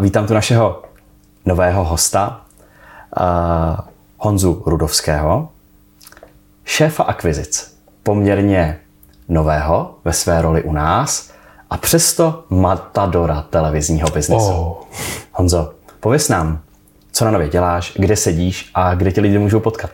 vítám tu našeho nového hosta, Honzu Rudovského, šéfa akvizic, poměrně nového ve své roli u nás a přesto matadora televizního biznesu. Honzo, pověz nám, co na Nově děláš, kde sedíš a kde tě lidi můžou potkat?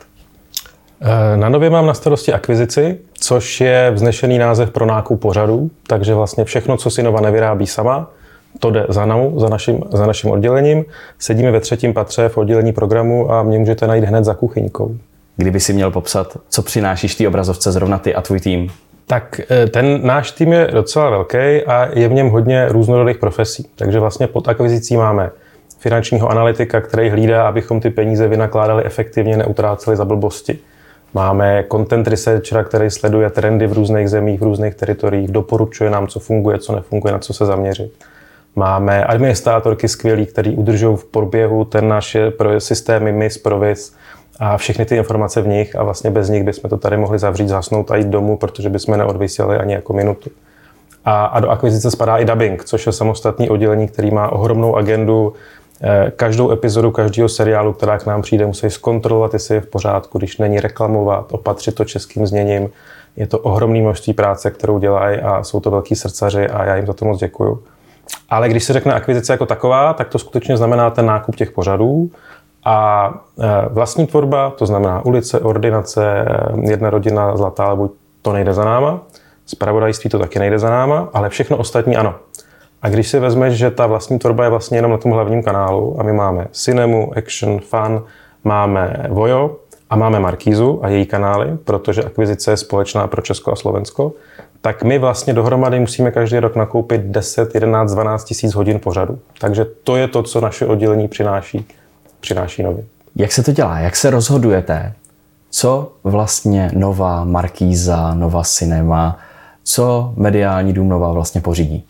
Na Nově mám na starosti akvizici, což je vznešený název pro nákup pořadů, takže vlastně všechno, co si Nova nevyrábí sama, to jde za námi, za naším oddělením. Sedíme ve 3. patře v oddělení programu a mě můžete najít hned za kuchyňkou. Kdyby si měl popsat, co přinášíš té obrazovce zrovna ty a tvůj tým? Tak ten náš tým je docela velký a je v něm hodně různorodých profesí. Takže vlastně pod akvizicí máme finančního analytika, který hlídá, abychom ty peníze vynakládali efektivně, neutráceli za blbosti. Máme content researchera, který sleduje trendy v různých zemích, v různých teritoriích, doporučuje nám, co funguje, co nefunguje, na co se zaměřit. Máme administrátorky skvělý, který udržují v poběhu ten naše systémy MIS, Provis a všechny ty informace v nich a vlastně bez nich bychom to tady mohli zavřít, zhasnout a jít domů, protože bychom neodvysílali ani jako minutu. A do akvizice spadá i dubbing, což je samostatný oddělení, který má ohromnou agendu. Každou epizodu každého seriálu, která k nám přijde, musí zkontrolovat, jestli je v pořádku, když není reklamovat, opatřit to českým zněním. Je to ohromné množství práce, kterou dělají a jsou to velký srdcaři a já jim za to moc děkuju. Ale když se řekne akvizice jako taková, tak to skutečně znamená ten nákup těch pořadů a vlastní tvorba, to znamená ulice, ordinace, jedna rodina, Zlatá Labuť, to nejde za náma. Zpravodajství to taky nejde za náma, ale všechno ostatní ano. A když si vezmeš, že ta vlastní tvorba je vlastně jenom na tom hlavním kanálu a my máme Cinemu, Action, Fun, máme Vojo a máme Markízu a její kanály, protože akvizice je společná pro Česko a Slovensko, tak my vlastně dohromady musíme každý rok nakoupit 10, 11, 12 tisíc hodin pořadu. Takže to je to, co naše oddělení přináší Nově. Jak se to dělá? Jak se rozhodujete? Co vlastně Nova Markíza, Nova Cinema, co mediální dům Nova vlastně pořídí?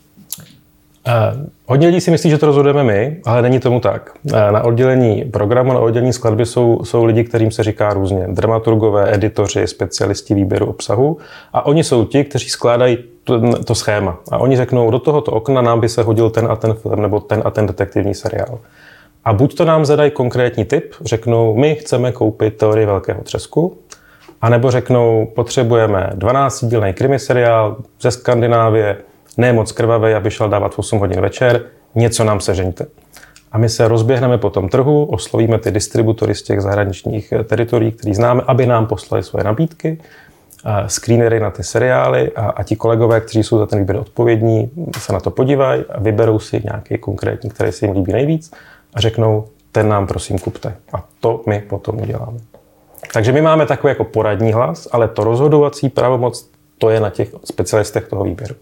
Hodně lidí si myslí, že to rozhodujeme my, ale není tomu tak. Na oddělení programu, na oddělení skladby jsou lidi, kterým se říká různě. Dramaturgové, editoři, specialisti výběru obsahu a oni jsou ti, kteří skládají to schéma. A oni řeknou, do tohoto okna nám by se hodil ten a ten film nebo ten a ten detektivní seriál. A buď to nám zadají konkrétní tip, řeknou, my chceme koupit Teorii velkého třesku, anebo řeknou, potřebujeme 12dílný krimi seriál ze Skandinávie, ne moc krvavý, aby šel dávat 8 hodin večer, něco nám sežeňte. A my se rozběhneme po tom trhu, oslovíme ty distributory z těch zahraničních teritorií, který známe, aby nám poslali svoje nabídky, screenery na ty seriály a ti kolegové, kteří jsou za ten výběr odpovědní, se na to podívají a vyberou si nějaký konkrétní, který se jim líbí nejvíc a řeknou, ten nám prosím kupte. A to my potom uděláme. Takže my máme takový jako poradní hlas, ale to rozhodovací pravomoc, to je na těch specialistech toho výběru.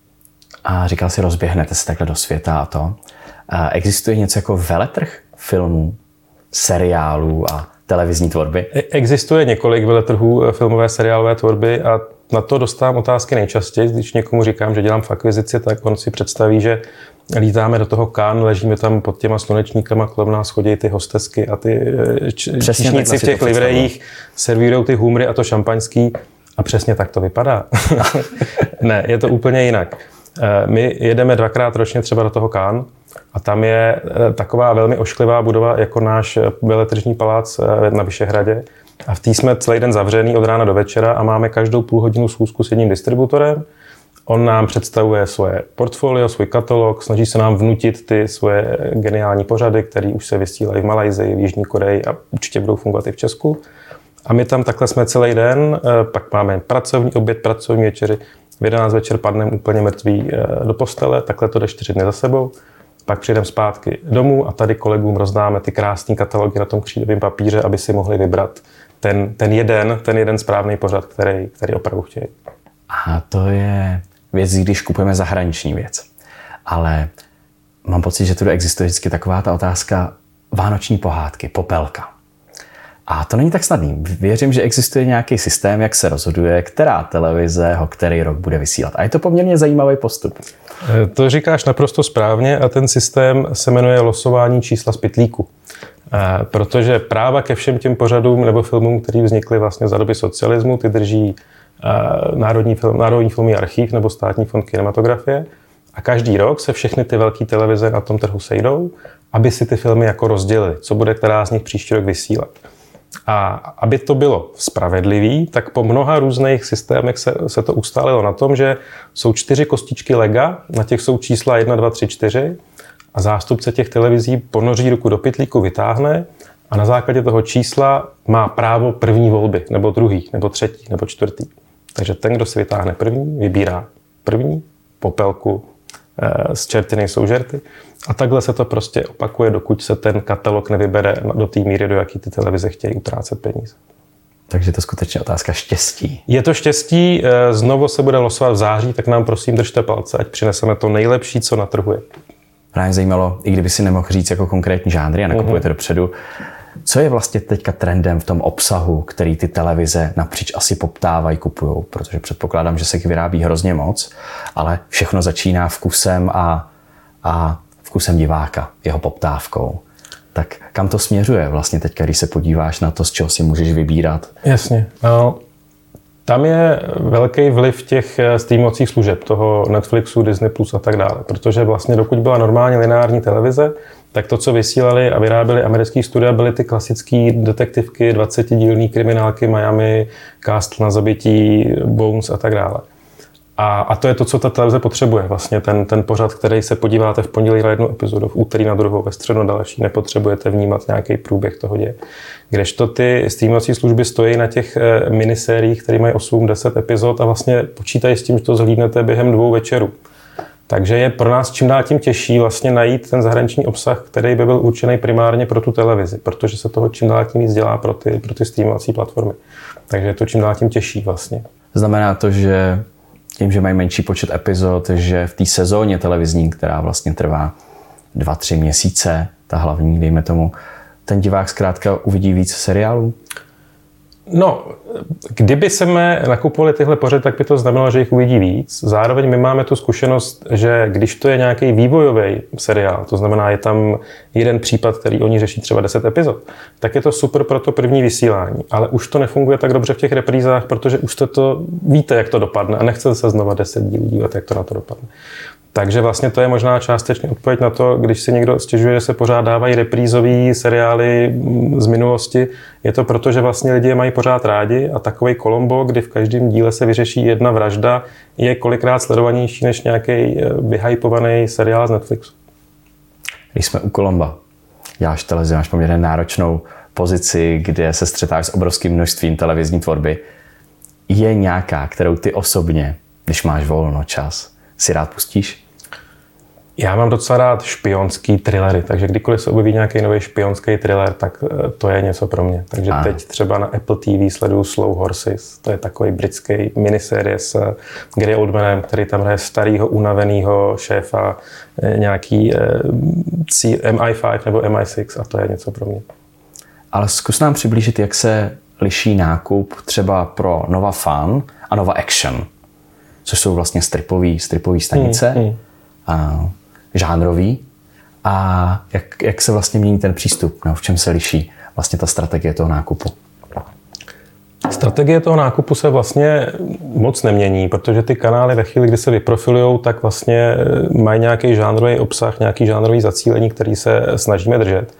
A říkal si, rozběhnete se takhle do světa a to. Existuje něco jako veletrh filmů, seriálů a televizní tvorby? Existuje několik veletrhů filmové seriálové tvorby a na to dostávám otázky nejčastěji. Když někomu říkám, že dělám v akvizici, tak on si představí, že lítáme do toho Cannes, ležíme tam pod těma slunečníkama, kolem nás chodí ty hostesky a ty číšníci v těch livrejích, servírujou ty humry a to šampaňský. A přesně tak to vypadá. Ne, je to úplně jinak. My jedeme 2krát ročně třeba do toho Cannes a tam je taková velmi ošklivá budova jako náš veletržní palác na Vyšehradě a v té jsme celý den zavřený od rána do večera a máme každou půl hodinu schůzku s jedním distributorem. On nám představuje svoje portfolio, svůj katalog, snaží se nám vnutit ty svoje geniální pořady, které už se vysílají v Malajsii, v Jižní Koreji a určitě budou fungovat i v Česku. A my tam takhle jsme celý den, pak máme pracovní oběd, pracovní večeři, v 11 večer padneme úplně mrtví do postele, takhle to jde 4 dny za sebou, pak přijdeme zpátky domů a tady kolegům rozdáme ty krásné katalogy na tom křídovém papíře, aby si mohli vybrat ten jeden správný pořad, který opravdu chtějí. A to je věc, když kupujeme zahraniční věc. Ale mám pocit, že tu existuje vždycky taková ta otázka vánoční pohádky, popelka. A to není tak snadný. Věřím, že existuje nějaký systém, jak se rozhoduje, která televize ho který rok bude vysílat. A je to poměrně zajímavý postup. To říkáš naprosto správně a ten systém se jmenuje losování čísla z pytlíku. Protože práva ke všem těm pořadům nebo filmům, které vznikly vlastně za doby socialismu, ty drží Národní filmový archiv nebo Státní fond kinematografie A každý rok se všechny ty velké televize na tom trhu sejdou, aby si ty filmy jako rozdělili, co bude která z nich příští rok vysílat. A aby to bylo spravedlivý, tak po mnoha různých systémech se to ustálilo na tom, že jsou 4 kostičky lega, na těch jsou čísla 1, 2, 3, 4 a zástupce těch televizí ponoří ruku do pytlíku, vytáhne a na základě toho čísla má právo první volby, nebo druhý, nebo třetí, nebo čtvrtý. Takže ten, kdo si vytáhne první, vybírá první, popelku, z čerty nejsou žerty. A takhle se to prostě opakuje, dokud se ten katalog nevybere do té míry, do jaký ty televize chtějí utrácet peníze. Takže to je skutečně otázka štěstí. Je to štěstí, znovu se bude losovat v září, tak nám prosím držte palce, ať přineseme to nejlepší, co na trhu je. Právě zajímalo, i kdyby si nemohl říct jako konkrétní žánry a nakupujete dopředu, co je vlastně teďka trendem v tom obsahu, který ty televize napříč asi poptávají, kupujou, protože předpokládám, že se jich vyrábí hrozně moc, ale všechno začíná vkusem a vkusem diváka, jeho poptávkou. Tak kam to směřuje vlastně teďka, když se podíváš na to, z čeho si můžeš vybírat? Jasně. No, tam je velký vliv těch streamovacích služeb, toho Netflixu, Disney Plus a tak dále, protože vlastně dokud byla normálně lineární televize, tak to, co vysílali a vyráběli americký studia, byly ty klasické detektivky, 20dílný kriminálky Miami, Castle na zabití, Bones a tak dále. A to je to, co ta televize potřebuje. Vlastně ten pořad, který se podíváte v pondělí na jednu epizodu, v úterý na druhou, ve středu na další, nepotřebujete vnímat nějaký průběh toho děje. Kdežto ty streamovací služby stojí na těch minisériích, které mají 8-10 epizod a vlastně počítají s tím, že to zhlídnete během 2 večerů. Takže je pro nás čím dál tím těžší vlastně najít ten zahraniční obsah, který by byl určený primárně pro tu televizi, protože se toho čím dál tím víc dělá pro ty streamovací platformy. Takže je to čím dál tím těžší vlastně. Znamená to, že tím, že mají menší počet epizod, že v té sezóně televizní, která vlastně trvá 2-3 měsíce, ta hlavní, dejme tomu, ten divák zkrátka uvidí víc seriálů? No, kdyby jsme nakupovali tyhle pořady, tak by to znamenalo, že jich uvidí víc. Zároveň my máme tu zkušenost, že když to je nějaký vývojový seriál, to znamená, je tam jeden případ, který oni řeší třeba 10 epizod, tak je to super pro to první vysílání. Ale už to nefunguje tak dobře v těch reprízách, protože už to víte, jak to dopadne a nechcete se znova 10 dílů dívat, jak to na to dopadne. Takže vlastně to je možná částečně odpověď na to, když si někdo stěžuje, že se pořád dávají reprízové seriály z minulosti. Je to proto, že vlastně lidi je mají pořád rádi a takovej Columbo, kdy v každém díle se vyřeší jedna vražda, je kolikrát sledovanější než nějaký vyhypovaný seriál z Netflixu. Když jsme u Columba, děláš televizi, máš poměrně náročnou pozici, kde se střetáš s obrovským množstvím televizní tvorby. Je nějaká, kterou ty osobně, když máš volno, čas, si rád pustíš? Já mám docela rád špionský thrillery, takže kdykoliv se objeví nějaký nový špionský thriller, tak to je něco pro mě. Takže teď třeba na Apple TV sleduju Slow Horses, to je takový britský minisérie s Gary Oldmanem, který tam hraje starýho, unavenýho šéfa nějaký MI5 nebo MI6 a to je něco pro mě. Ale zkus nám přiblížit, jak se liší nákup třeba pro Nova Fun a Nova Action, což jsou vlastně stripový stanice, žánrový. A jak se vlastně mění ten přístup? No, v čem se liší vlastně ta strategie toho nákupu? Strategie toho nákupu se vlastně moc nemění, protože ty kanály ve chvíli, kdy se vyprofilujou, tak vlastně mají nějaký žánrový obsah, nějaký žánrový zacílení, který se snažíme držet.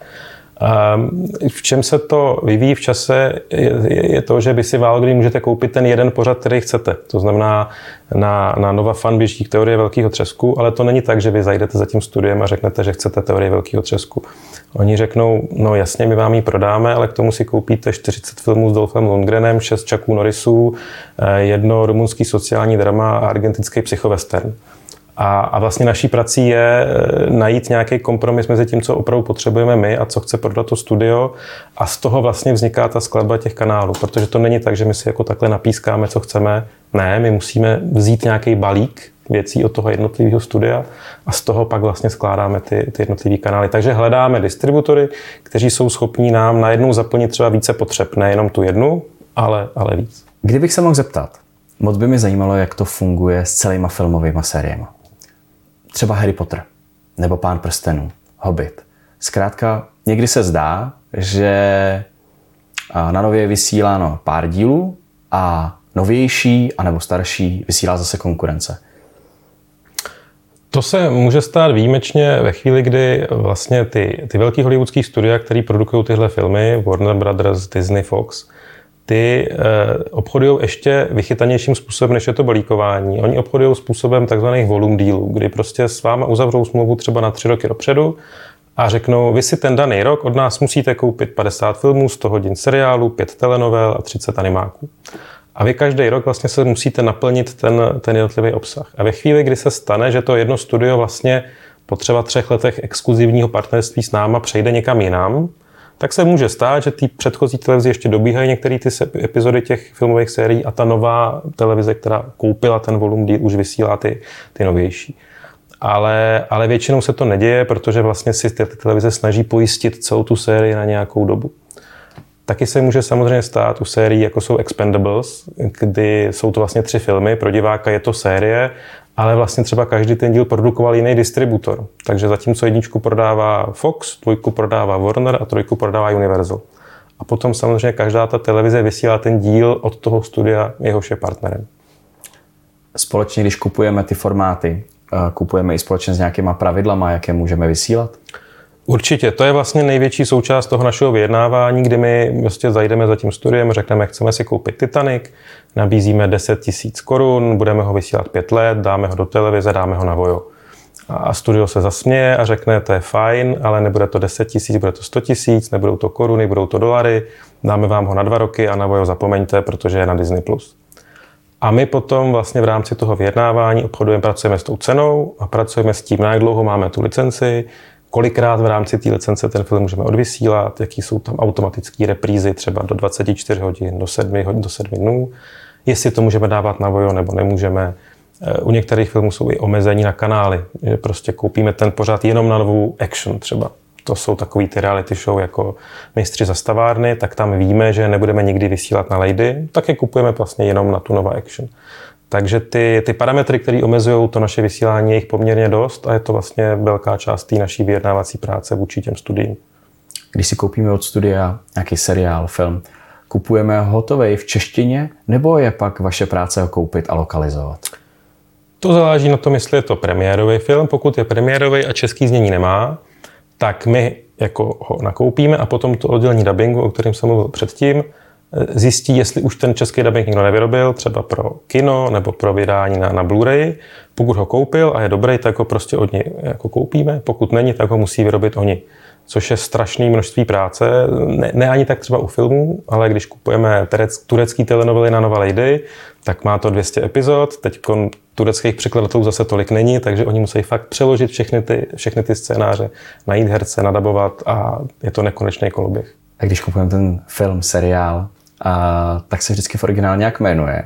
V čem se to vyvíjí v čase, je to, že vy si válkdy můžete koupit ten jeden pořad, který chcete. To znamená, na Nova Fun běží teorie velkého třesku, ale to není tak, že vy zajdete za tím studiem a řeknete, že chcete teorii velkého třesku. Oni řeknou, no jasně, my vám ji prodáme, ale k tomu si koupíte 40 filmů s Dolphem Lundgrenem, 6 Chucků Norrisů, jedno rumunský sociální drama a argentinský psychowestern. A vlastně naší prací je najít nějaký kompromis mezi tím, co opravdu potřebujeme my a co chce prodat to studio. A z toho vlastně vzniká ta skladba těch kanálů, protože to není tak, že my si jako takhle napískáme, co chceme. Ne, my musíme vzít nějaký balík věcí od toho jednotlivého studia a z toho pak vlastně skládáme ty jednotlivé kanály. Takže hledáme distributory, kteří jsou schopní nám najednou zaplnit třeba více potřeb, nejenom tu jednu, ale víc. Kdybych se mohl zeptat, moc by mě zajímalo, jak to funguje s celýma filmovými sériemi. Třeba Harry Potter, nebo Pán prstenů, Hobbit. Zkrátka, někdy se zdá, že na nově je vysíláno pár dílů a novější anebo starší vysílá zase konkurence. To se může stát výjimečně ve chvíli, kdy vlastně ty velký hollywoodský studia, který produkují tyhle filmy, Warner Brothers, Disney, Fox, ty obchodují ještě vychytanějším způsobem, než je to balíkování. Oni obchodují způsobem takzvaných volume dealů, kdy prostě s váma uzavřou smlouvu třeba na 3 roky dopředu a řeknou, vy si ten daný rok od nás musíte koupit 50 filmů, 100 hodin seriálu, 5 telenovel a 30 animáků. A vy každý rok vlastně se musíte naplnit ten jednotlivý obsah. A ve chvíli, kdy se stane, že to jedno studio vlastně po třeba 3 letech exkluzivního partnerství s náma přejde někam jinam, tak se může stát, že ty předchozí televizi ještě dobíhají některé ty epizody těch filmových sérií a ta nová televize, která koupila ten volume deal, už vysílá ty novější. Ale většinou se to neděje, protože vlastně si ty televize snaží pojistit celou tu sérii na nějakou dobu. Taky se může samozřejmě stát u sérií, jako jsou Expendables, kdy jsou to vlastně 3 filmy, pro diváka je to série, ale vlastně třeba každý ten díl produkoval jiný distributor. Takže zatímco 1 prodává Fox, 2 prodává Warner a 3 prodává Universal. A potom samozřejmě každá ta televize vysílá ten díl od toho studia, jehož je partnerem. Společně, když kupujeme ty formáty, kupujeme i společně s nějakýma pravidlama, jaké můžeme vysílat? Určitě, to je vlastně největší součást toho našeho vyjednávání, kdy my vlastně zajdeme za tím studiem, řekneme, chceme si koupit Titanic, nabízíme 10 000 korun, budeme ho vysílat 5 let, dáme ho do televize, dáme ho na Vojo. A studio se zasměje a řekne, to je fajn, ale nebude to 10 000, bude to 100 000, nebudou to koruny, budou to dolary, dáme vám ho na 2 roky a na Vojo zapomeňte, protože je na Disney+. A my potom vlastně v rámci toho vyjednávání obchodujeme, pracujeme s tou cenou a pracujeme s tím, na jak dlouho máme tu licenci, kolikrát v rámci té licence ten film můžeme odvysílat, jaký jsou tam automatické reprízy třeba do 24 hodin, do 7 dnů, jestli to můžeme dávat na Vojo nebo nemůžeme. U některých filmů jsou i omezení na kanály, že prostě koupíme ten pořad jenom na novou action třeba. To jsou takový ty reality show jako Mistři zastavárny, tak tam víme, že nebudeme nikdy vysílat na Lady, tak je kupujeme vlastně jenom na tu novou action. Takže ty parametry, které omezují to naše vysílání, je jich poměrně dost a je to vlastně velká část té naší vyjednávací práce vůči těm studiím. Když si koupíme od studia nějaký seriál, film, kupujeme ho hotovej v češtině, nebo je pak vaše práce ho koupit a lokalizovat? To záleží na tom, jestli je to premiérový film. Pokud je premiérový a český znění nemá, tak my jako ho nakoupíme a potom to oddělení dabingu, o kterém jsem mluvil předtím, zjistí, jestli už ten český dubbing nikdo nevyrobil, třeba pro kino nebo pro vydání na Blu-ray. Pokud ho koupil a je dobrý, tak ho prostě od něj jako koupíme. Pokud není, tak ho musí vyrobit oni. Což je strašné množství práce. Ne ani tak třeba u filmů, ale když kupujeme turecký telenovely na Nova Lady, tak má to 200 epizod. Teď tureckých překladatelů zase tolik není, takže oni musí fakt přeložit všechny ty scénáře, najít herce, nadabovat a je to nekonečný koloběh. A když kupujeme ten film, seriál, tak se vždycky v originále nějak jmenuje.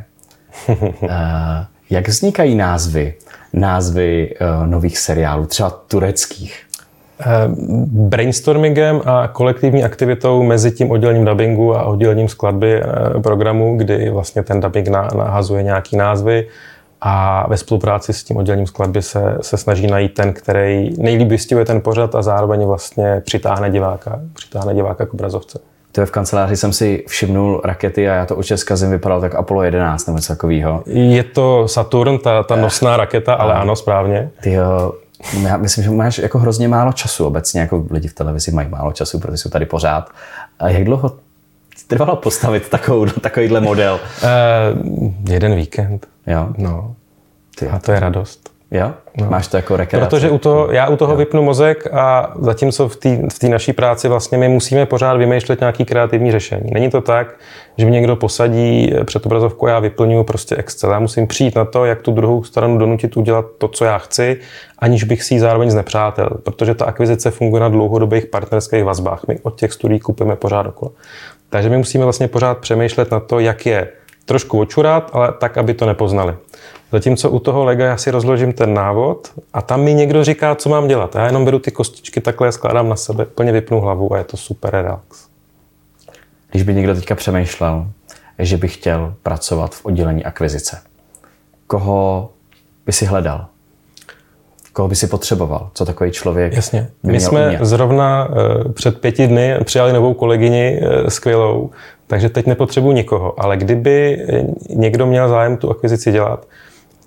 Jak vznikají názvy nových seriálů, třeba tureckých? Brainstormingem a kolektivní aktivitou mezi tím oddělením dubbingu a oddělením skladby programu, kdy vlastně ten dubbing nahazuje nějaký názvy a ve spolupráci s tím oddělením skladby se snaží najít ten, který nejlíp vystihuje ten pořad a zároveň vlastně přitáhne diváka k obrazovce. To je v kanceláři jsem si všimnul rakety a já to určitě zkazím, vypadalo tak Apollo 11 nebo něco takového. Je to Saturn, ta nosná raketa, ale ano, správně. Tyjo, já myslím, že máš jako hrozně málo času obecně, jako lidi v televizi mají málo času, protože jsou tady pořád. A jak dlouho trvalo postavit takovýhle model? 1 víkend. Jo? No. A to je radost. Jo? No. Máš to jako rekreaci? Protože já u toho vypnu mozek a zatímco v té naší práci vlastně my musíme pořád vymýšlet nějaký kreativní řešení. Není to tak, že mě někdo posadí před obrazovku a já vyplňuji prostě Excel. Já musím přijít na to, jak tu druhou stranu donutit udělat to, co já chci, aniž bych si ji zároveň znepřátel. Protože ta akvizice funguje na dlouhodobých partnerských vazbách. My od těch studií kupujeme pořád dokola. Takže my musíme vlastně pořád přemýšlet na to, jak je trošku očurat, ale tak, aby to nepoznali. Zatímco u toho lega já si rozložím ten návod a tam mi někdo říká, co mám dělat. Já jenom beru ty kostičky, takhle skládám na sebe, plně vypnu hlavu a je to super relax. Když by někdo teďka přemýšlel, že by chtěl pracovat v oddělení akvizice, koho by si hledal? Koho by si potřeboval? Co takový člověk? Jasně. My jsme zrovna před 5 dny přijali novou kolegyni skvělou, takže teď nepotřebuji nikoho. Ale kdyby někdo měl zájem tu akvizici dělat,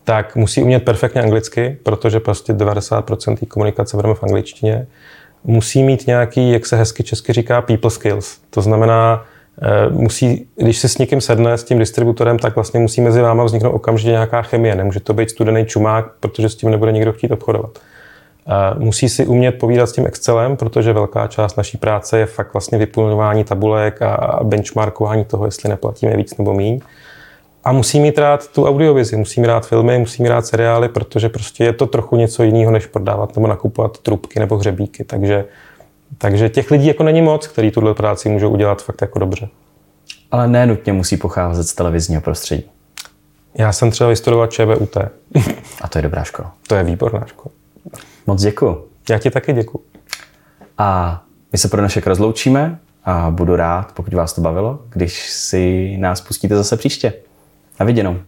tak musí umět perfektně anglicky, protože prostě 90% té komunikace vedeme v angličtině. Musí mít nějaký, jak se hezky česky říká, people skills. To znamená, když si s někým sedne, s tím distributorem, tak vlastně musí mezi váma vzniknout okamžitě nějaká chemie. Nemůže to být studený čumák, protože s tím nebude nikdo chtít obchodovat. Musí si umět povídat s tím Excelem, protože velká část naší práce je fakt vlastně vyplňování tabulek a benchmarkování toho, jestli neplatíme víc nebo míň. A musí mít rád tu audiovizi, musí mít rád filmy, musí mít rád seriály, protože prostě je to trochu něco jiného, než prodávat nebo nakupovat trubky nebo hřebíky. Takže těch lidí jako není moc, kteří tuhle práci můžou udělat fakt jako dobře. Ale ne nutně musí pocházet z televizního prostředí. Já jsem třeba vystudoval ČVUT. A to je dobrá škola. To je výborná škola. Moc děkuju. Já ti taky děkuju. A my se pro dnešek rozloučíme a budu rád, pokud vás to bavilo, když si nás pustíte zase příště. Na viděnou.